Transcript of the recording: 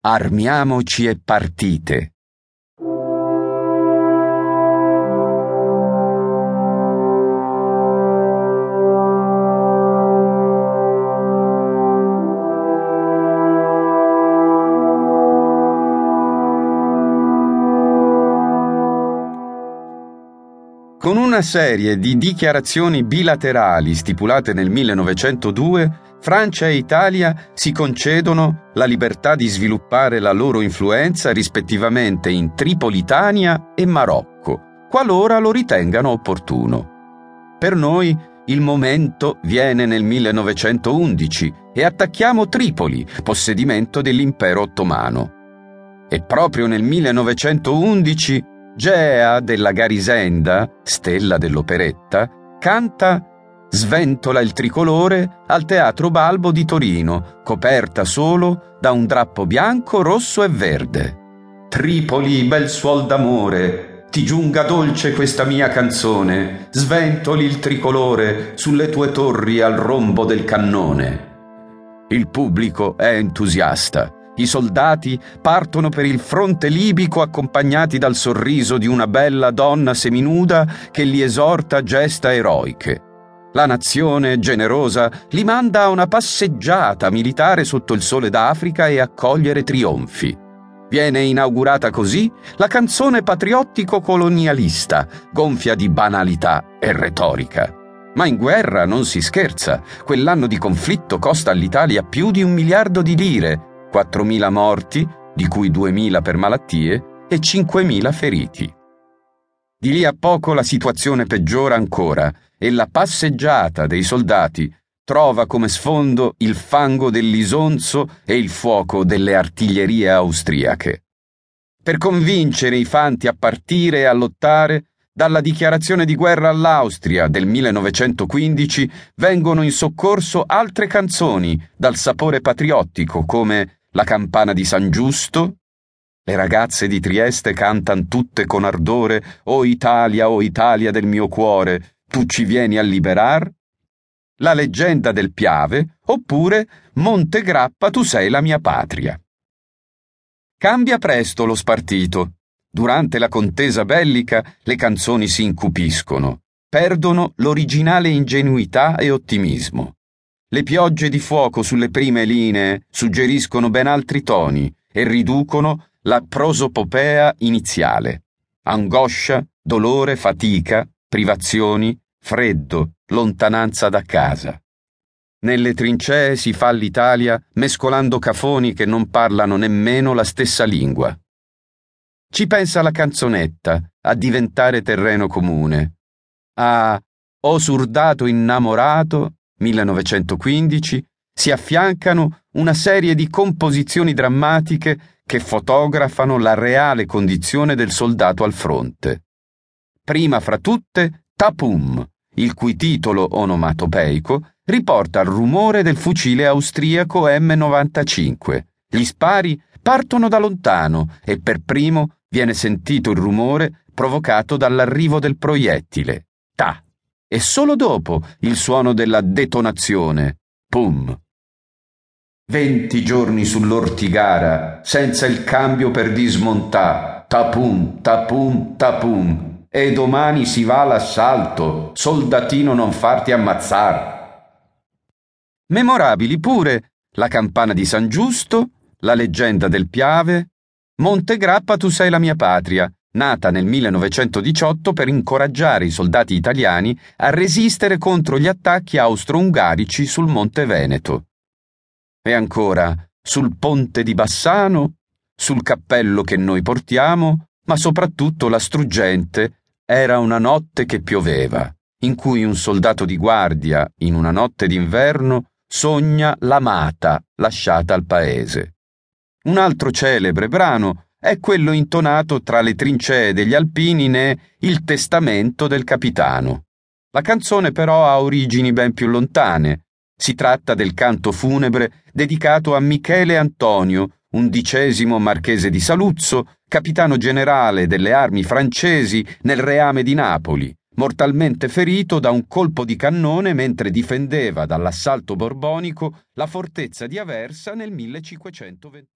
Armiamoci e partite. Con una serie di dichiarazioni bilaterali stipulate nel 1902, Francia e Italia si concedono la libertà di sviluppare la loro influenza rispettivamente in Tripolitania e Marocco, qualora lo ritengano opportuno. Per noi il momento viene nel 1911 e attacchiamo Tripoli, possedimento dell'Impero Ottomano. E proprio nel 1911 Gea della Garisenda, stella dell'operetta, canta "Sventola il tricolore" al Teatro Balbo di Torino, coperta solo da un drappo bianco, rosso e verde. Tripoli, bel suol d'amore, ti giunga dolce questa mia canzone, sventoli il tricolore sulle tue torri al rombo del cannone. Il pubblico è entusiasta. I soldati partono per il fronte libico accompagnati dal sorriso di una bella donna seminuda che li esorta a gesta eroiche. La nazione, generosa, li manda a una passeggiata militare sotto il sole d'Africa e a cogliere trionfi. Viene inaugurata così la canzone patriottico-colonialista, gonfia di banalità e retorica. Ma in guerra non si scherza. Quell'anno di conflitto costa all'Italia più di 1 miliardo di lire, 4.000 morti, di cui 2.000 per malattie, e 5.000 feriti. Di lì a poco la situazione peggiora ancora e la passeggiata dei soldati trova come sfondo il fango dell'Isonzo e il fuoco delle artiglierie austriache. Per convincere i fanti a partire e a lottare, dalla dichiarazione di guerra all'Austria del 1915 vengono in soccorso altre canzoni dal sapore patriottico come La campana di San Giusto. Le ragazze di Trieste cantan tutte con ardore o Italia del mio cuore, tu ci vieni a liberar. La leggenda del Piave, oppure Monte Grappa, tu sei la mia patria. Cambia presto lo spartito. Durante la contesa bellica le canzoni si incupiscono, perdono l'originale ingenuità e ottimismo. Le piogge di fuoco sulle prime linee suggeriscono ben altri toni e riducono la prosopopea iniziale. Angoscia, dolore, fatica, privazioni, freddo, lontananza da casa. Nelle trincee si fa l'Italia mescolando cafoni che non parlano nemmeno la stessa lingua. Ci pensa la canzonetta a diventare terreno comune. A "O surdato innamorato" 1915 si affiancano una serie di composizioni drammatiche che fotografano la reale condizione del soldato al fronte. Prima fra tutte Tapum, il cui titolo onomatopeico riporta il rumore del fucile austriaco M95. Gli spari partono da lontano e per primo viene sentito il rumore provocato dall'arrivo del proiettile. Ta! E solo dopo il suono della detonazione. Pum! 20 giorni sull'Ortigara, senza il cambio per dismontà. Tapum, tapum, tapum. E domani si va all'assalto. Soldatino, non farti ammazzar. Memorabili pure La campana di San Giusto, La leggenda del Piave, Monte Grappa, tu sei la mia patria, nata nel 1918 per incoraggiare i soldati italiani a resistere contro gli attacchi austro-ungarici sul Monte Veneto. E ancora, sul ponte di Bassano, sul cappello che noi portiamo, ma soprattutto la struggente "Era una notte che pioveva", in cui un soldato di guardia, in una notte d'inverno, sogna l'amata lasciata al paese. Un altro celebre brano è quello intonato tra le trincee degli alpini Il testamento del capitano. La canzone però ha origini ben più lontane. Si tratta del canto funebre dedicato a Michele Antonio, 11° marchese di Saluzzo, capitano generale delle armi francesi nel reame di Napoli, mortalmente ferito da un colpo di cannone mentre difendeva dall'assalto borbonico la fortezza di Aversa nel 1520.